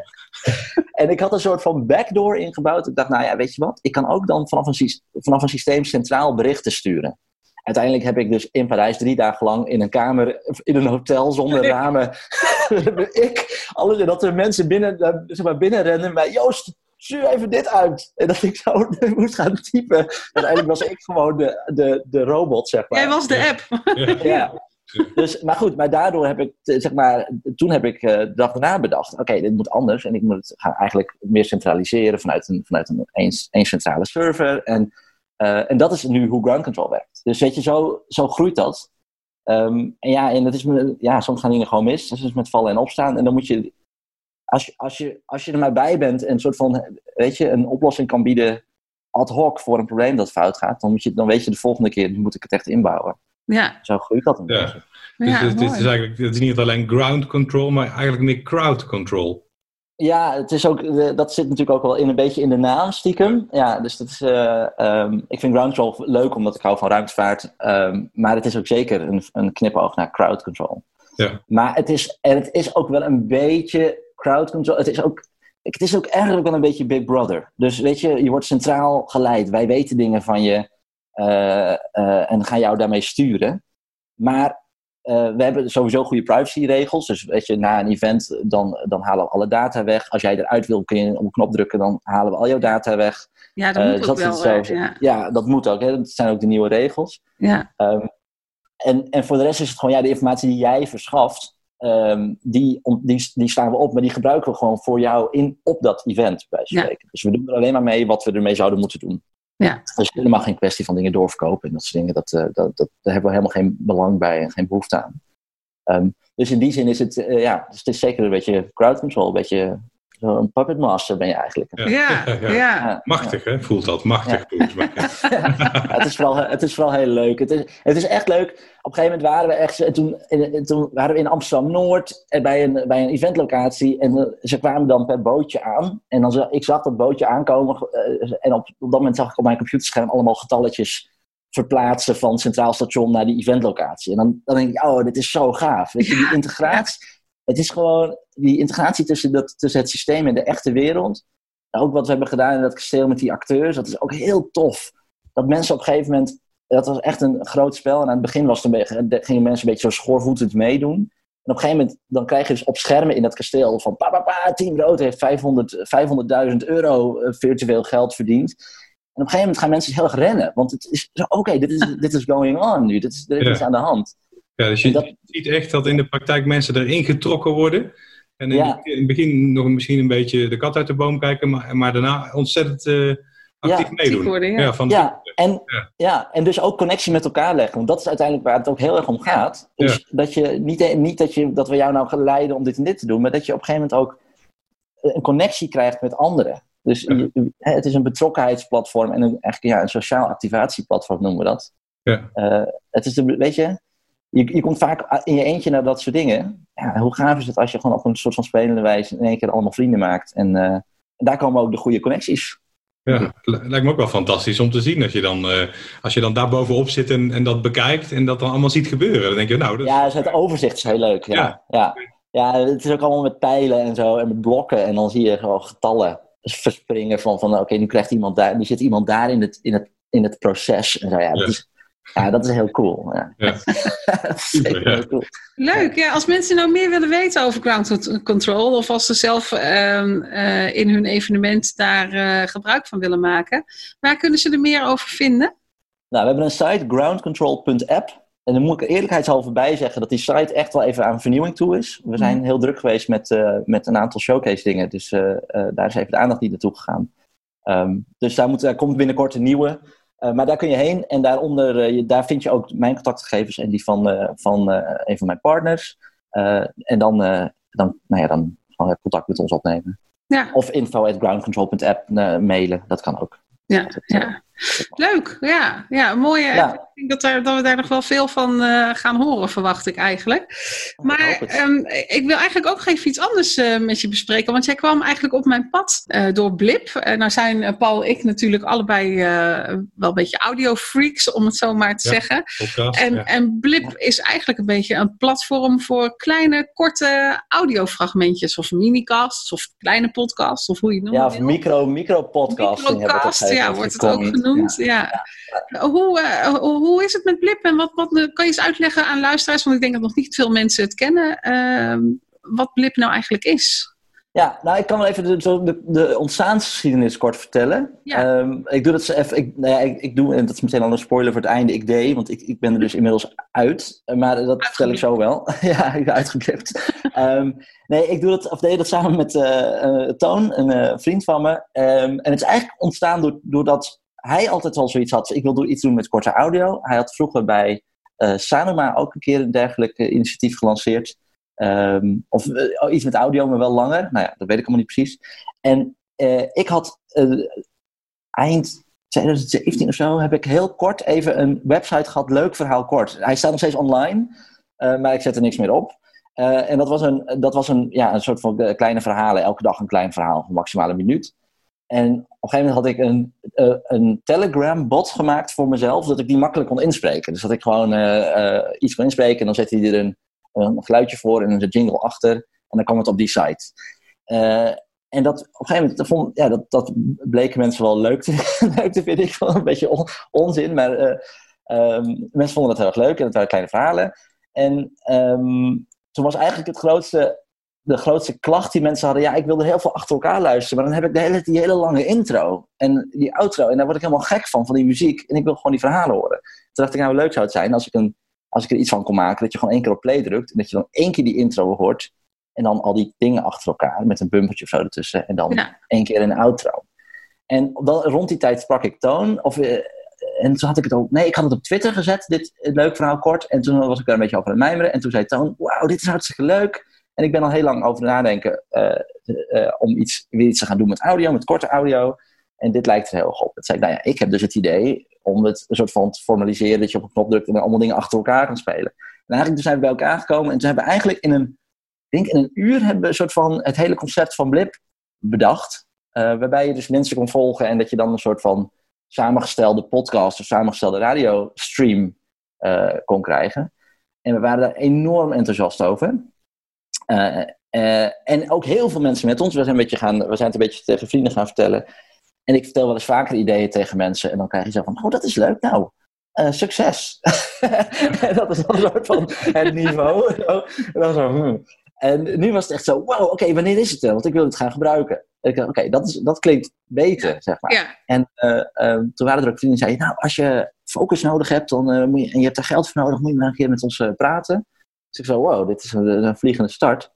En ik had een soort van backdoor ingebouwd. Ik dacht, nou ja, weet je wat? Ik kan ook dan vanaf een, vanaf een systeem centraal berichten sturen. Uiteindelijk heb ik dus in Parijs drie dagen lang in een kamer, in een hotel zonder ramen. ik, alles, en dat er mensen binnen, zeg maar, binnenrennen. Maar Joost, stuur even dit uit. En dat ik zo moest gaan typen. Uiteindelijk was ik gewoon de, de, de robot, zeg maar. Jij was de app. Ja. Ja. Dus, maar goed, maar daardoor heb ik, zeg maar, toen heb ik uh, de dag daarna bedacht, oké, okay, dit moet anders. En ik moet het gaan eigenlijk meer centraliseren vanuit een, vanuit een, een, een centrale server. En, uh, en dat is nu hoe ground control werkt. Dus weet je, zo, zo groeit dat. Um, en ja, en dat is, ja, soms gaan dingen gewoon mis. Dus het is met vallen en opstaan. En dan moet je, als je, als je, als je er maar bij bent en een soort van, weet je, een oplossing kan bieden ad hoc voor een probleem dat fout gaat, dan, moet je, dan weet je de volgende keer, nu moet ik het echt inbouwen. Ja. Zo groeit dat een Ja. beetje. Dus Ja, het, het is mooi. eigenlijk, het is niet alleen ground control, maar eigenlijk meer crowd control. Ja, het is ook, dat zit natuurlijk ook wel in een beetje in de naam stiekem. Ja, dus dat is, uh, um, ik vind ground control leuk omdat ik hou van ruimtevaart. Um, maar het is ook zeker een, een knipoog naar crowd control. Ja. Maar het is, en het is ook wel een beetje crowd control. Het is ook, het is ook eigenlijk wel een beetje Big Brother. Dus weet je, je wordt centraal geleid. Wij weten dingen van je uh, uh, en gaan jou daarmee sturen. Maar uh, we hebben sowieso goede privacyregels. Dus weet je, na een event, dan, dan halen we alle data weg. Als jij eruit wil, kun je op een knop drukken, dan halen we al jouw data weg. Ja, dat uh, moet dus ook dat wel. Zo, uh, ja. ja, dat moet ook. Hè. Dat zijn ook de nieuwe regels. Ja. Um, en, en voor de rest is het gewoon, ja, de informatie die jij verschaft, um, die, die, die slaan we op, maar die gebruiken we gewoon voor jou in, op dat event, bij spreken. Ja. Dus we doen er alleen maar mee wat we ermee zouden moeten doen. Ja. Dus helemaal geen kwestie van dingen doorverkopen en dat soort dingen. Dat, uh, dat, dat, daar hebben we helemaal geen belang bij en geen behoefte aan. Um, dus in die zin is het, uh, ja, dus het is zeker een beetje crowd control, een beetje een puppet master ben je eigenlijk. Ja, ja, ja. ja. ja machtig, ja. hè? Voelt dat machtig. Ja. Volgens mij. ja, het, is vooral, het is vooral heel leuk. Het is, het is echt leuk. Op een gegeven moment waren we echt, toen, toen waren we in Amsterdam-Noord bij een, bij een eventlocatie en uh, ze kwamen dan per bootje aan. En dan, ik zag dat bootje aankomen uh, en op, op dat moment zag ik op mijn computerscherm allemaal getalletjes verplaatsen van Centraal Station naar die eventlocatie. En dan, dan denk ik, oh, dit is zo gaaf. Weet je, die integratie, het is gewoon die integratie tussen, dat, tussen het systeem en de echte wereld. Ook wat we hebben gedaan in dat kasteel met die acteurs, dat is ook heel tof. Dat mensen op een gegeven moment, dat was echt een groot spel. En aan het begin was het een beetje, gingen mensen een beetje zo schoorvoetend meedoen. En op een gegeven moment, dan krijg je dus op schermen in dat kasteel van pa, pa, pa, Team Rood heeft vijfhonderdduizend euro virtueel geld verdiend. En op een gegeven moment gaan mensen heel erg rennen. Want het is zo, oké, okay, dit, is, dit is going on nu. Dit is, dit is ja. aan de hand. Ja, dus je dat, ziet echt dat in de praktijk mensen erin getrokken worden. En in, ja. in het begin nog misschien een beetje de kat uit de boom kijken. Maar, maar daarna ontzettend uh, actief ja, meedoen. Worden, ja. Ja, van ja, en, ja. ja, en dus ook connectie met elkaar leggen. Want dat is uiteindelijk waar het ook heel erg om gaat. Dus ja. dat, je, niet, niet dat, je, dat we jou nou gaan leiden om dit en dit te doen. Maar dat je op een gegeven moment ook een connectie krijgt met anderen. Dus ja. je, het is een betrokkenheidsplatform en een, eigenlijk, ja, een sociaal activatieplatform noemen we dat. Ja. Uh, het is de, weet je, je, je komt vaak in je eentje naar dat soort dingen. Ja, hoe gaaf is het als je gewoon op een soort van spelende wijze in één keer allemaal vrienden maakt. En, uh, en daar komen ook de goede connecties. Ja, lijkt me ook wel fantastisch om te zien als je dan, uh, als je dan daar bovenop zit en, en dat bekijkt en dat dan allemaal ziet gebeuren. Dan denk je, nou... Dat is... Ja, dus het overzicht is heel leuk. Ja. Ja. Ja. ja, het is ook allemaal met pijlen en zo en met blokken. En dan zie je gewoon getallen verspringen van, van oké, okay, nu krijgt iemand daar, nu zit iemand daar in het, in het, in het proces. En zo, ja, dat, ja. Is, ja, dat is heel cool. Ja. Ja. dat is Super, ja. heel cool. Leuk, ja. Als mensen nou meer willen weten over ground control, of als ze zelf uh, uh, in hun evenement daar uh, gebruik van willen maken, waar kunnen ze er meer over vinden? Nou, we hebben een site, ground control punt app. En dan moet ik eerlijkheidshalve bij zeggen dat die site echt wel even aan vernieuwing toe is. We zijn mm. heel druk geweest met, uh, met een aantal showcase dingen. Dus uh, uh, daar is even de aandacht niet naartoe gegaan. Um, dus daar, moet, daar komt binnenkort een nieuwe. Uh, maar daar kun je heen. En daaronder, uh, je, daar vind je ook mijn contactgegevens en die van, uh, van uh, een van mijn partners. Uh, en dan, uh, dan, nou ja, dan gewoon contact met ons opnemen. Ja. Of info at ground control punt app uh, mailen. Dat kan ook. Ja, dat, ja. Leuk, ja, ja, mooie. Ja. Ik denk dat, er, dat we daar nog wel veel van uh, gaan horen, verwacht ik eigenlijk. Maar ik, um, ik wil eigenlijk ook even iets anders uh, met je bespreken, want jij kwam eigenlijk op mijn pad uh, door Blip. Uh, nou zijn uh, Paul en ik natuurlijk allebei uh, wel een beetje audiofreaks, om het zo maar te ja, zeggen. podcast, en, ja. en Blip is eigenlijk een beetje een platform voor kleine, korte audiofragmentjes, of minicasts, of kleine podcasts, of hoe je het noemt. Ja, of micro, micro-podcasting. Microcast, ja, wordt het ook genoemd. Ja. Ja. Ja. Hoe, uh, hoe is het met Blip en wat, wat kan je eens uitleggen aan luisteraars, want ik denk dat nog niet veel mensen het kennen, uh, wat Blip nou eigenlijk is? Ja, nou ik kan wel even de, de, de ontstaansgeschiedenis kort vertellen. Ja. Um, ik doe dat even, ik, nou ja, ik, ik doe, en dat is meteen al een spoiler voor het einde, ik deed, want ik, ik ben er dus inmiddels uit, maar dat vertel ik zo wel. Ja, ik ben uitgeblipt. um, nee, ik doe dat, of deed dat samen met uh, uh, Toon, een uh, vriend van me. Um, en het is eigenlijk ontstaan door, doordat hij altijd al zoiets had, ik wil iets doen met korte audio. Hij had vroeger bij uh, Sanoma ook een keer een dergelijk uh, initiatief gelanceerd. Um, of uh, iets met audio, maar wel langer. Nou ja, dat weet ik allemaal niet precies. En uh, ik had uh, eind twintig zeventien of zo, heb ik heel kort even een website gehad, Leuk Verhaal Kort. Hij staat nog steeds online, uh, maar ik zet er niks meer op. Uh, en dat was, een, dat was een, ja, een soort van uh, kleine verhalen, elke dag een klein verhaal, van maximaal een minuut. En op een gegeven moment had ik een, uh, een Telegram-bot gemaakt voor mezelf, zodat ik die makkelijk kon inspreken. Dus dat ik gewoon uh, uh, iets kon inspreken en dan zette hij er een, een geluidje voor en een jingle achter. En dan kwam het op die site. Uh, en dat op een gegeven moment, dat, vond, ja, dat, dat bleken mensen wel leuk te, leuk te vinden. Ik vond het een beetje on, onzin, maar uh, um, mensen vonden dat heel erg leuk en het waren kleine verhalen. En um, toen was eigenlijk het grootste, de grootste klacht die mensen hadden. Ja, ik wilde heel veel achter elkaar luisteren. Maar dan heb ik de hele, die hele lange intro. En die outro. En daar word ik helemaal gek van, van die muziek. En ik wil gewoon die verhalen horen. Toen dacht ik, nou leuk zou het zijn als ik, een, als ik er iets van kon maken. Dat je gewoon één keer op play drukt. En dat je dan één keer die intro hoort. En dan al die dingen achter elkaar. Met een bumpertje of zo ertussen. En dan ja. één keer een outro. En dan, rond die tijd sprak ik Toon. Of... Uh, En toen had ik het ook... Nee, ik had het op Twitter gezet, dit leuk verhaal kort. En toen was ik daar een beetje over aan het mijmeren. En toen zei Toon, wauw, dit is hartstikke leuk. En ik ben al heel lang over nadenken uh, uh, om iets, weer iets te gaan doen met audio, met korte audio. En dit lijkt er heel erg op. Toen zei ik, nou ja, ik heb dus het idee om het een soort van te formaliseren, dat je op een knop drukt en dan allemaal dingen achter elkaar kan spelen. En eigenlijk zijn we bij elkaar gekomen en toen hebben we eigenlijk in een, ik denk in een uur hebben we een soort van het hele concept van Blip bedacht. Uh, waarbij je dus mensen kon volgen en dat je dan een soort van samengestelde podcast of samengestelde radiostream uh, kon krijgen. En we waren daar enorm enthousiast over. Uh, uh, en ook heel veel mensen met ons. We zijn, een beetje gaan, we zijn het een beetje tegen vrienden gaan vertellen. En ik vertel wel eens vaker ideeën tegen mensen. En dan krijg je zo van, oh dat is leuk. Nou, uh, succes. En dat is dan een soort van het niveau. En dan zo, hmm. En nu was het echt zo, wow, oké, okay, wanneer is het dan? Want ik wil het gaan gebruiken. Oké, okay, dat, dat klinkt beter, zeg maar. Ja. En uh, uh, toen waren er ook vrienden die zeiden, nou, als je focus nodig hebt dan, uh, moet je, en je hebt er geld voor nodig, moet je maar een keer met ons uh, praten. Dus ik zo, wow, dit is een, een vliegende start.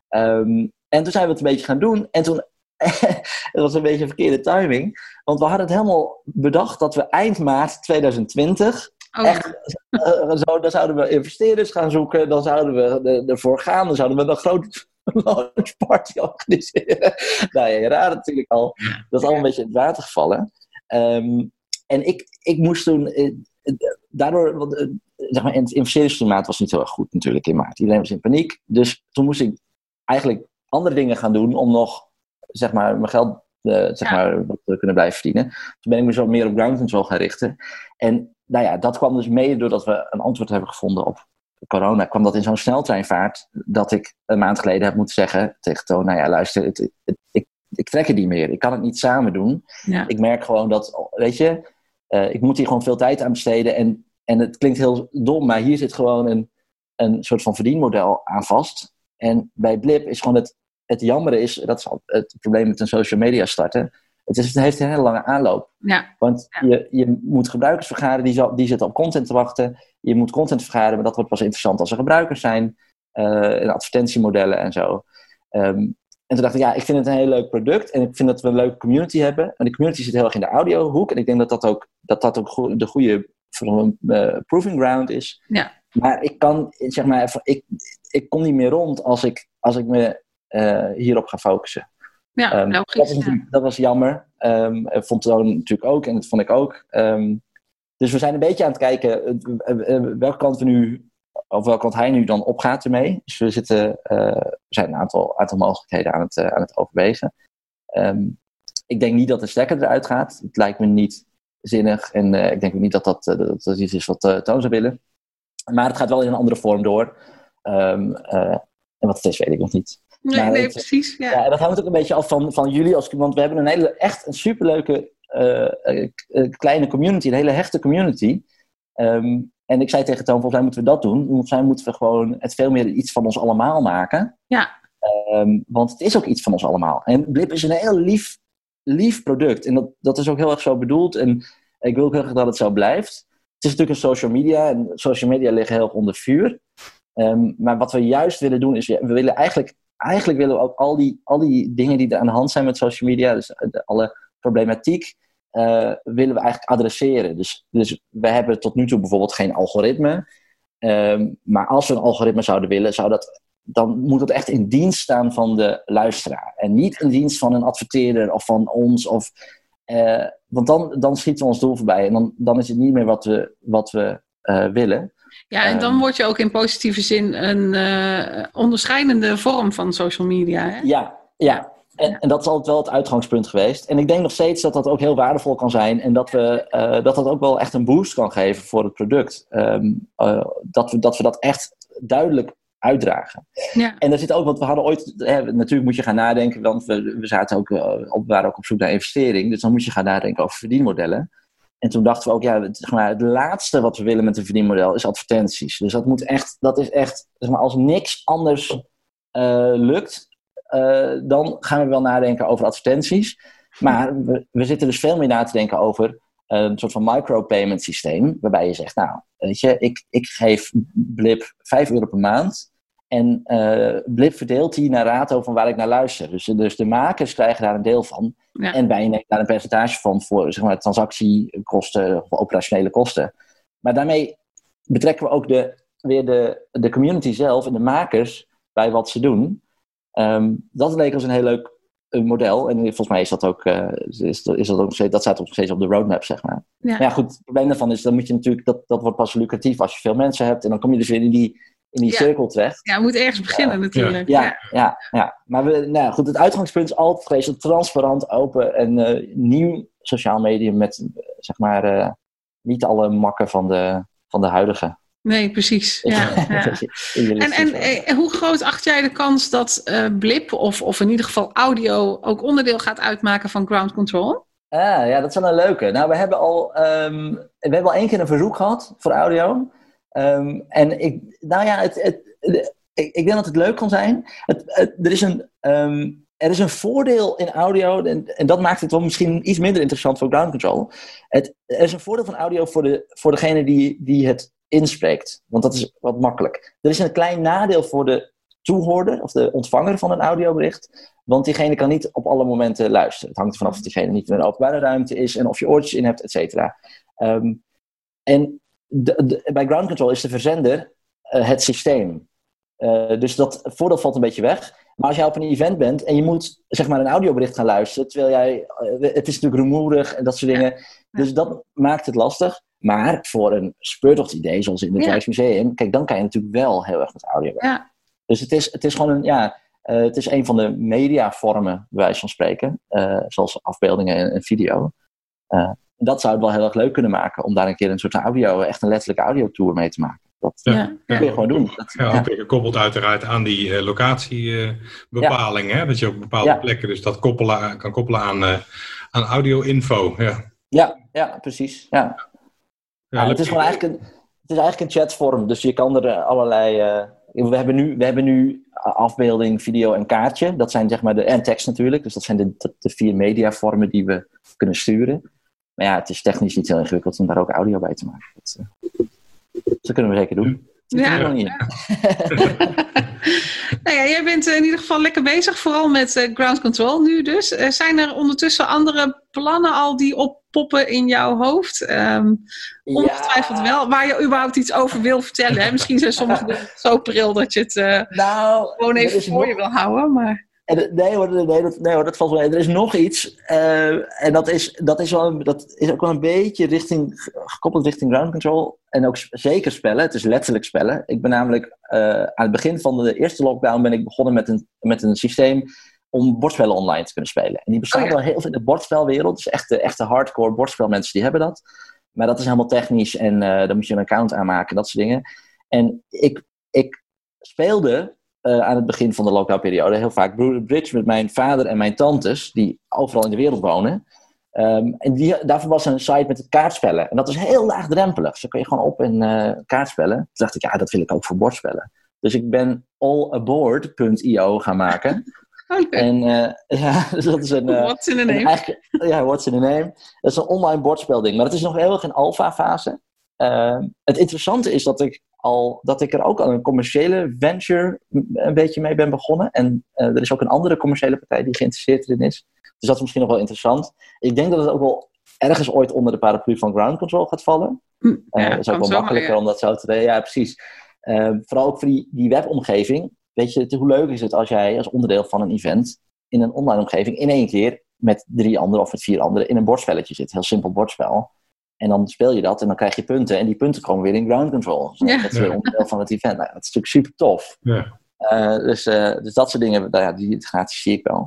Um, en toen zijn we het een beetje gaan doen. En toen, het was een beetje een verkeerde timing. Want we hadden het helemaal bedacht dat we eind maart twintig twintig... Oh. Echt, uh, zo, dan zouden we investeerders gaan zoeken. Dan zouden we ervoor gaan. Dan zouden we een grote launch party organiseren. Nou ja, je raadt natuurlijk al. Dat is allemaal een beetje in het water gevallen. Um, en ik, ik moest toen... Uh, daardoor... Want, uh, zeg maar, het investeringsklimaat was niet heel erg goed natuurlijk in maart. Iedereen was in paniek. Dus toen moest ik eigenlijk andere dingen gaan doen om nog, zeg maar, mijn geld uh, zeg ja. maar, wat te kunnen blijven verdienen. Toen ben ik me zo meer op ground control gaan richten. En nou ja, dat kwam dus mede doordat we een antwoord hebben gevonden op corona. Kwam dat in zo'n sneltreinvaart dat ik een maand geleden heb moeten zeggen tegen Toon, nou ja, luister, het, het, het, ik, ik trek het niet meer. Ik kan het niet samen doen. Ja. Ik merk gewoon dat, weet je, uh, ik moet hier gewoon veel tijd aan besteden. En, en het klinkt heel dom, maar hier zit gewoon een, een soort van verdienmodel aan vast. En bij Blip is gewoon het, het jammere is, dat is het probleem met een social media starten. Het, is, het heeft een hele lange aanloop. Ja. Want ja. je, je moet gebruikers vergaren, die, zal, die zitten op content te wachten. Je moet content vergaren, maar dat wordt pas interessant als er gebruikers zijn. Uh, en advertentiemodellen en zo. Um, en toen dacht ik, ja, ik vind het een heel leuk product. En ik vind dat we een leuke community hebben. En die community zit heel erg in de audiohoek. En ik denk dat dat ook, dat dat ook go- de goede uh, proving ground is. Ja. Maar ik kan, zeg maar, ik, ik kom niet meer rond als ik, als ik me uh, hierop ga focussen. Ja, um, logisch. Dat, ja. dat was jammer. Um, vond Toon natuurlijk ook en dat vond ik ook. Um, dus we zijn een beetje aan het kijken uh, uh, welke kant we nu, of welke kant hij nu dan opgaat ermee. Dus we zitten, uh, we zijn een aantal, aantal mogelijkheden aan het, uh, aan het overwegen. Um, ik denk niet dat de stekker eruit gaat. Het lijkt me niet zinnig en uh, ik denk ook niet dat dat, uh, dat, dat iets is wat uh, Toon zou willen. Maar het gaat wel in een andere vorm door. Um, uh, en wat het is, weet ik nog niet. Nee, maar nee het, precies. Ja. Ja, dat hangt ook een beetje af van, van jullie. Als, want we hebben een hele, echt een superleuke uh, uh, kleine community. Een hele hechte community. Um, en ik zei tegen Toon, volgens mij moeten we dat doen. Volgens mij moeten we gewoon het veel meer iets van ons allemaal maken. Ja. Um, want het is ook iets van ons allemaal. En Blip is een heel lief, lief product. En dat, dat is ook heel erg zo bedoeld. En ik wil ook heel graag dat het zo blijft. Het is natuurlijk een social media. En social media liggen heel erg onder vuur. Um, maar wat we juist willen doen is, we willen eigenlijk... Eigenlijk willen we ook al die, al die dingen die er aan de hand zijn met social media, dus de, alle problematiek, uh, willen we eigenlijk adresseren. Dus, dus we hebben tot nu toe bijvoorbeeld geen algoritme. Um, maar als we een algoritme zouden willen, zou dat, dan moet het echt in dienst staan van de luisteraar. En niet in dienst van een adverteerder of van ons. Of, uh, want dan, dan schieten we ons doel voorbij. En dan, dan is het niet meer wat we, wat we uh, willen. Ja, en dan word je ook in positieve zin een uh, onderscheidende vorm van social media. Hè? Ja, ja. En, en dat is altijd wel het uitgangspunt geweest. En ik denk nog steeds dat dat ook heel waardevol kan zijn. En dat we, uh, dat, dat ook wel echt een boost kan geven voor het product. Um, uh, dat, we, dat we dat echt duidelijk uitdragen. Ja. En er zit ook, want we hadden ooit... Hè, natuurlijk moet je gaan nadenken, want we, we, zaten ook, uh, we waren ook op zoek naar investering. Dus dan moet je gaan nadenken over verdienmodellen. En toen dachten we ook, ja, het, zeg maar, het laatste wat we willen met een verdienmodel is advertenties. Dus dat moet echt, dat is echt, zeg maar, als niks anders uh, lukt, uh, dan gaan we wel nadenken over advertenties. Maar we, we zitten dus veel meer na te denken over uh, een soort van micropayment systeem, waarbij je zegt, nou, weet je, ik, ik geef Blip vijf euro per maand. En uh, Blip verdeelt die naar rato van waar ik naar luister. Dus, dus de makers krijgen daar een deel van. Ja. En wij nemen daar een percentage van voor, zeg maar, transactiekosten of operationele kosten. Maar daarmee betrekken we ook de, weer de, de community zelf en de makers bij wat ze doen. Um, dat leek ons een heel leuk uh, model. En volgens mij is dat ook, uh, is, is dat, ook nog steeds, dat staat ook nog steeds op de roadmap, zeg maar. Ja. Maar ja, goed, het probleem daarvan is, dan moet je natuurlijk, dat, dat wordt pas lucratief als je veel mensen hebt. En dan kom je dus weer in die... in die ja. cirkel terecht. Ja, we moeten ergens beginnen uh, natuurlijk. Ja, ja, ja. ja. Maar we, nou goed, het uitgangspunt is altijd geweest een transparant, open en uh, nieuw sociaal medium met, zeg maar, uh, niet alle makken van de, van de huidige. Nee, precies. Ja, ja. En, en eh, hoe groot acht jij de kans dat uh, Blip, of, of in ieder geval audio, ook onderdeel gaat uitmaken van Ground Control? Ah, ja, dat is wel een leuke. Nou, we hebben al, um, we hebben al één keer een verzoek gehad voor audio. Um, en ik, nou ja, het, het, het, ik, ik denk dat het leuk kan zijn. Het, het, er, is een, um, er is een voordeel in audio, en, en dat maakt het wel misschien iets minder interessant voor Ground Control. Het, er is een voordeel van audio voor, de, voor degene die, die het inspreekt, want dat is wat makkelijk. Er is een klein nadeel voor de toehoorder of de ontvanger van een audiobericht, want diegene kan niet op alle momenten luisteren. Het hangt ervan af of diegene niet in een openbare ruimte is en of je oortjes in hebt, et cetera. Um, en De, de, bij Ground Control is de verzender uh, het systeem. Uh, dus dat voordeel valt een beetje weg. Maar als jij op een event bent en je moet, zeg maar, een audiobericht gaan luisteren, terwijl jij, uh, het is natuurlijk rumoerig en dat soort dingen. Ja. Dus dat maakt het lastig. Maar voor een speurtocht-idee, zoals in het Rijksmuseum, ja. kijk, dan kan je natuurlijk wel heel erg met audio werken. Ja. Dus het is, het is gewoon een, ja, uh, het is een van de mediavormen, bij wijze van spreken, uh, zoals afbeeldingen en, en video. Uh, Dat zou het wel heel erg leuk kunnen maken om daar een keer een soort audio, echt een letterlijke audiotour mee te maken. Dat ja, ja. kun je gewoon doen. Dat, ja, ook ja. gekoppeld uiteraard aan die uh, locatiebepaling. Uh, ja. Dat je op bepaalde ja. plekken dus dat koppelen, kan koppelen aan, uh, aan audio-info. Ja. Ja, ja, precies. Ja. Ja, ja, het, is gewoon eigenlijk een, het is eigenlijk een chatvorm, dus je kan er uh, allerlei... Uh, we, hebben nu, we hebben nu afbeelding, video en kaartje. Dat zijn zeg maar de, en tekst natuurlijk. Dus dat zijn de, de, de vier mediavormen die we kunnen sturen. Maar ja, het is technisch niet heel ingewikkeld om daar ook audio bij te maken. Dat, uh, dat kunnen we zeker doen. Ja. ja. ja. nou ja, jij bent in ieder geval lekker bezig, vooral met uh, Ground Control nu dus. Uh, zijn er ondertussen andere plannen al die oppoppen in jouw hoofd? Um, ongetwijfeld ja. wel. Waar je überhaupt iets over wil vertellen. Hè? Misschien zijn sommige dingen zo pril dat je het uh, nou, gewoon even voor nog... je wil houden. Maar... Nee hoor, nee, dat, nee hoor, dat valt wel. Er is nog iets. Uh, en dat is, dat, is wel, dat is ook wel een beetje richting, gekoppeld richting Ground Control. En ook zeker spellen. Het is letterlijk spellen. Ik ben namelijk uh, aan het begin van de eerste lockdown ben ik begonnen met een, met een systeem om bordspellen online te kunnen spelen. En die bestaan oh, ja. wel heel veel in de bordspelwereld. Dus echte, echte hardcore bordspelmensen die hebben dat. Maar dat is helemaal technisch en uh, dan moet je een account aanmaken, dat soort dingen. En ik, ik speelde... Uh, aan het begin van de lockdownperiode heel vaak bridge met mijn vader en mijn tantes, die overal in de wereld wonen. Um, en die, daarvoor was er een site met kaartspellen. En dat is heel laagdrempelig. Dus dan kun je gewoon op en uh, kaartspellen. Toen dacht ik, ja, dat wil ik ook voor bordspellen. Dus ik ben allaboard punt io gaan maken. Okay. En uh, ja, dus dat is een... Uh, what's in a name? Ja, what's in a name. Dat is een online bordspel-ding. Maar het is nog heel erg in alpha-fase. Uh, het interessante is dat ik al dat ik er ook al een commerciële venture een beetje mee ben begonnen. En uh, er is ook een andere commerciële partij die geïnteresseerd erin is. Dus dat is misschien nog wel interessant. Ik denk dat het ook wel ergens ooit onder de paraplu van Ground Control gaat vallen. Uh, ja, dat is ook wel makkelijker maar, ja. om dat zo te doen. Ja, precies. Uh, vooral ook voor die, die webomgeving. Weet je, hoe leuk is het als jij als onderdeel van een event in een online omgeving in één keer met drie anderen of met vier anderen in een bordspelletje zit. Heel simpel bordspel. En dan speel je dat en dan krijg je punten. En die punten komen weer in Ground Control. Dus ja. Dat is weer onderdeel van het event. Nou, dat is natuurlijk super tof. Ja. Uh, dus, uh, dus dat soort dingen, nou ja, die gratis zie ik wel.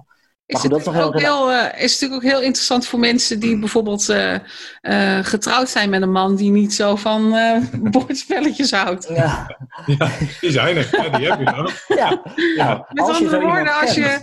Is, goed, dat is, ook heel, uh, is natuurlijk ook heel interessant voor mensen die bijvoorbeeld uh, uh, getrouwd zijn met een man die niet zo van uh, bordspelletjes houdt. Ja. ja, die zijn er. Ja, die heb je dan. Ja. Nou, met andere woorden, als je...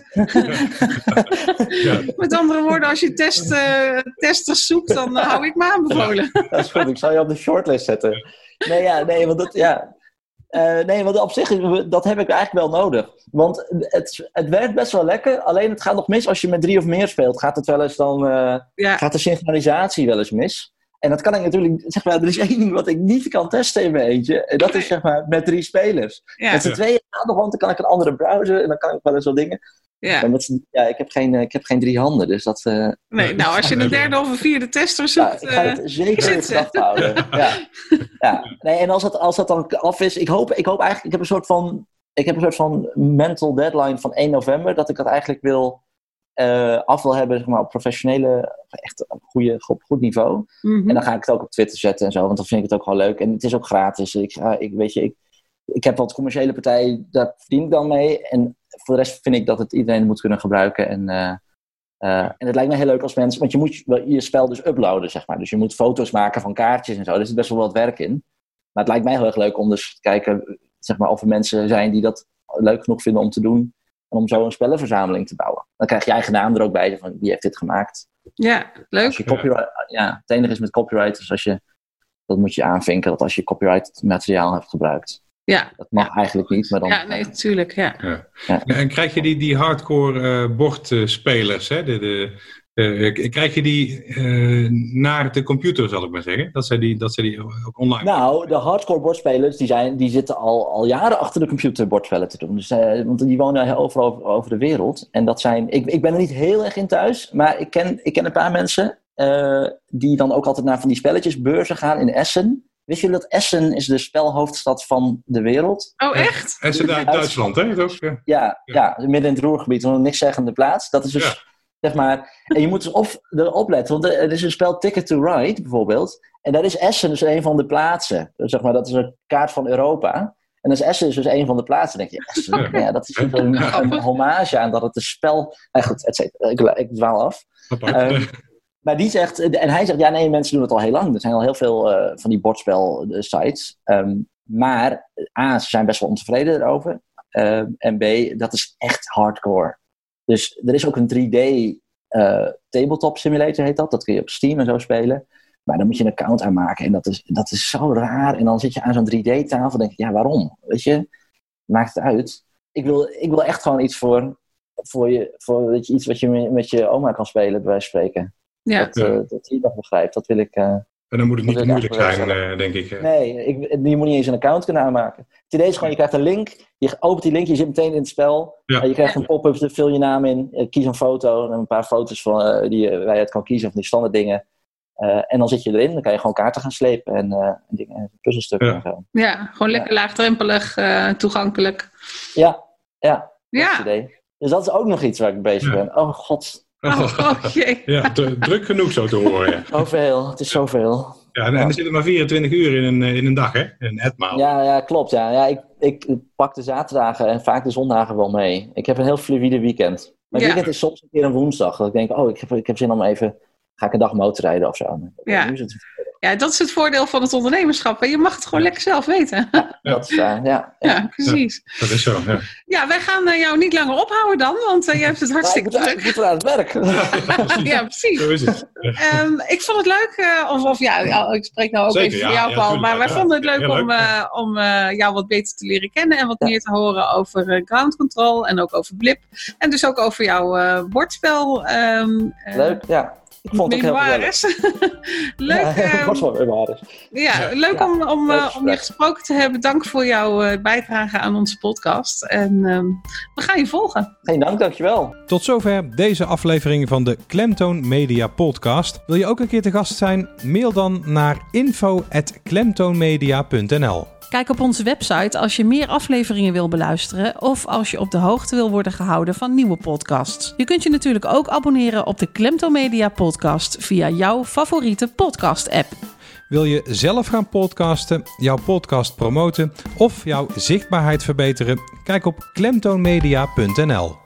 ja. Met andere woorden, als je test, uh, testers zoekt, dan uh, hou ik me aanbevolen. Ja, dat is goed, ik zal je op de shortlist zetten. Nee, ja, nee, want dat... Ja. Uh, nee, want op zich, dat heb ik eigenlijk wel nodig. Want het, het werkt best wel lekker. Alleen het gaat nog mis als je met drie of meer speelt. Gaat het wel eens dan... Uh, ja. Gaat de synchronisatie wel eens mis. En dat kan ik natuurlijk... Zeg maar, er is één ding wat ik niet kan testen in mijn eentje. En dat is zeg maar met drie spelers. Ja. Met z'n tweeën gaat nog, want dan kan ik een andere browser. En dan kan ik wel eens wat dingen... Ja, met, ja ik, heb geen, ik heb geen drie handen, dus dat... Uh, nee, nou, als je een derde of een vierde tester zoekt... Ja, ik ga het zeker in gedachten houden. Ja. Ja. Nee, en als dat, als dat dan af is... Ik hoop, ik hoop eigenlijk... Ik heb een soort van... Ik heb een soort van mental deadline van één november... dat ik dat eigenlijk wil... Uh, af wil hebben, zeg maar, op professionele... Echt op, goede, op goed niveau. Mm-hmm. En dan ga ik het ook op Twitter zetten en zo... want dan vind ik het ook gewoon leuk. En het is ook gratis. Ik, ik, weet je, ik, ik heb wat commerciële partijen... daar verdien ik dan mee... En voor de rest vind ik dat het iedereen moet kunnen gebruiken. En, uh, uh, en het lijkt me heel leuk als mensen... Want je moet je, je spel dus uploaden, zeg maar. Dus je moet foto's maken van kaartjes en zo. Er zit best wel wat werk in. Maar het lijkt mij heel erg leuk om dus te kijken... Zeg maar, of er mensen zijn die dat leuk genoeg vinden om te doen... en om zo een spellenverzameling te bouwen. Dan krijg je eigen naam er ook bij. Van wie heeft dit gemaakt? Ja, leuk. Als je copyright, ja, het enige is met copyright... Dus als je, dat moet je aanvinken... dat als je copyright materiaal hebt gebruikt... Ja. Dat mag ja. eigenlijk niet, maar dan... Ja, nee, natuurlijk, ja. ja. ja. En krijg je die, die hardcore uh, bordspelers, hè? De, de, uh, krijg je die uh, naar de computer, zal ik maar zeggen? Dat zij die, dat zij die ook online... Nou, de hardcore bordspelers, die, zijn, die zitten al, al jaren achter de computer bordspellen te doen. Dus, uh, want die wonen overal over, over de wereld. En dat zijn... Ik, ik ben er niet heel erg in thuis, maar ik ken, ik ken een paar mensen... Uh, die dan ook altijd naar van die spelletjesbeurzen gaan in Essen... Wist je dat Essen is de spelhoofdstad van de wereld? Oh, echt? Essen uit Duitsland, hè? Ook, ja. Ja, ja, midden in het Roergebied, een niks zeggende plaats. Dat is dus, ja. zeg maar... En je moet dus op, erop letten, want er is een spel Ticket to Ride, bijvoorbeeld. En daar is Essen dus een van de plaatsen. Dus zeg maar, dat is een kaart van Europa. En dus Essen is dus een van de plaatsen. Dan denk je, Essen, ja. Ja, dat is een, een, een hommage aan dat het een spel... Nou goed, et cetera. Ik, ik dwaal af. Um, Maar die zegt, en hij zegt, ja nee, mensen doen het al heel lang. Er zijn al heel veel uh, van die bordspel-sites. Um, maar A, ze zijn best wel ontevreden erover. Uh, en B, dat is echt hardcore. Dus er is ook een drie D uh, tabletop simulator, heet dat. Dat kun je op Steam en zo spelen. Maar dan moet je een account aanmaken. En dat is, dat is zo raar. En dan zit je aan zo'n drie D-tafel en denk je, ja waarom? Weet je, maakt het uit. Ik wil, ik wil echt gewoon iets voor, voor, je, voor weet je, iets wat je met je oma kan spelen, bij wijze van spreken. Ja. Dat, uh, dat hij dat begrijpt, dat wil ik... Uh, en dan moet het niet te moeilijk zijn, uh, denk ik. Uh. Nee, ik, je moet niet eens een account kunnen aanmaken. Het idee is gewoon, je krijgt een link, je opent die link, je zit meteen in het spel. Ja. Uh, je krijgt een pop-up, daar vul je naam in, uh, kies een foto, en een paar foto's van, uh, die uh, waar je uit kan kiezen, van die standaard dingen. Uh, en dan zit je erin, dan kan je gewoon kaarten gaan slepen en, uh, en dingen, puzzelstukken ja. en zo. Ja, gewoon lekker ja. laagdrempelig, uh, toegankelijk. Ja, ja, ja. Dat is het idee. Dus dat is ook nog iets waar ik bezig ja. ben. Oh god. Oh, oh jee. Ja, te, druk genoeg zo te horen. Ja. Zoveel, het is zoveel. Ja, en, en er zitten maar vierentwintig uur in een, in een dag, hè? In etmaal. Ja, ja, klopt. Ja. Ja, ik, ik pak de zaterdagen en vaak de zondagen wel mee. Ik heb een heel fluïde weekend. Mijn ja. weekend is soms een keer een woensdag. Dat ik denk, oh, ik heb, ik heb zin om even... Ga ik een dag motorrijden of zo. Ja. Nu is het... ja, dat is het voordeel van het ondernemerschap. Je mag het gewoon ja. lekker zelf weten. Ja, dat is, uh, ja, ja. ja precies. Ja, dat is zo, ja. Ja, wij gaan uh, jou niet langer ophouden dan, want uh, je hebt het hartstikke ja, ik druk. Ik moet weer aan het werk. Ja, precies. Zo is het. Ja. Um, ik vond het leuk, uh, of, of ja, ik spreek nou ook Zeker, even voor ja, jou, ja, Paul, tuurlijk, maar wij ja, vonden het leuk, leuk om, uh, om uh, jou wat beter te leren kennen en wat ja. meer te horen over uh, Ground Control en ook over Blip. En dus ook over jouw uh, bordspel. Um, uh, leuk, ja. Ik vond het ook heel leuk. Ja, um, wel ja, leuk ja, om, om, uh, om je gesproken te hebben. Dank voor jouw uh, bijdrage aan onze podcast. En um, we gaan je volgen. Geen dank, dankjewel. Tot zover deze aflevering van de Klemtoon Media Podcast. Wil je ook een keer te gast zijn? Mail dan naar info at klemtoonmedia punt n l. Kijk op onze website als je meer afleveringen wil beluisteren of als je op de hoogte wil worden gehouden van nieuwe podcasts. Je kunt je natuurlijk ook abonneren op de Klemtoon Media Podcast via jouw favoriete podcast-app. Wil je zelf gaan podcasten, jouw podcast promoten of jouw zichtbaarheid verbeteren? Kijk op klemtoonmedia punt n l.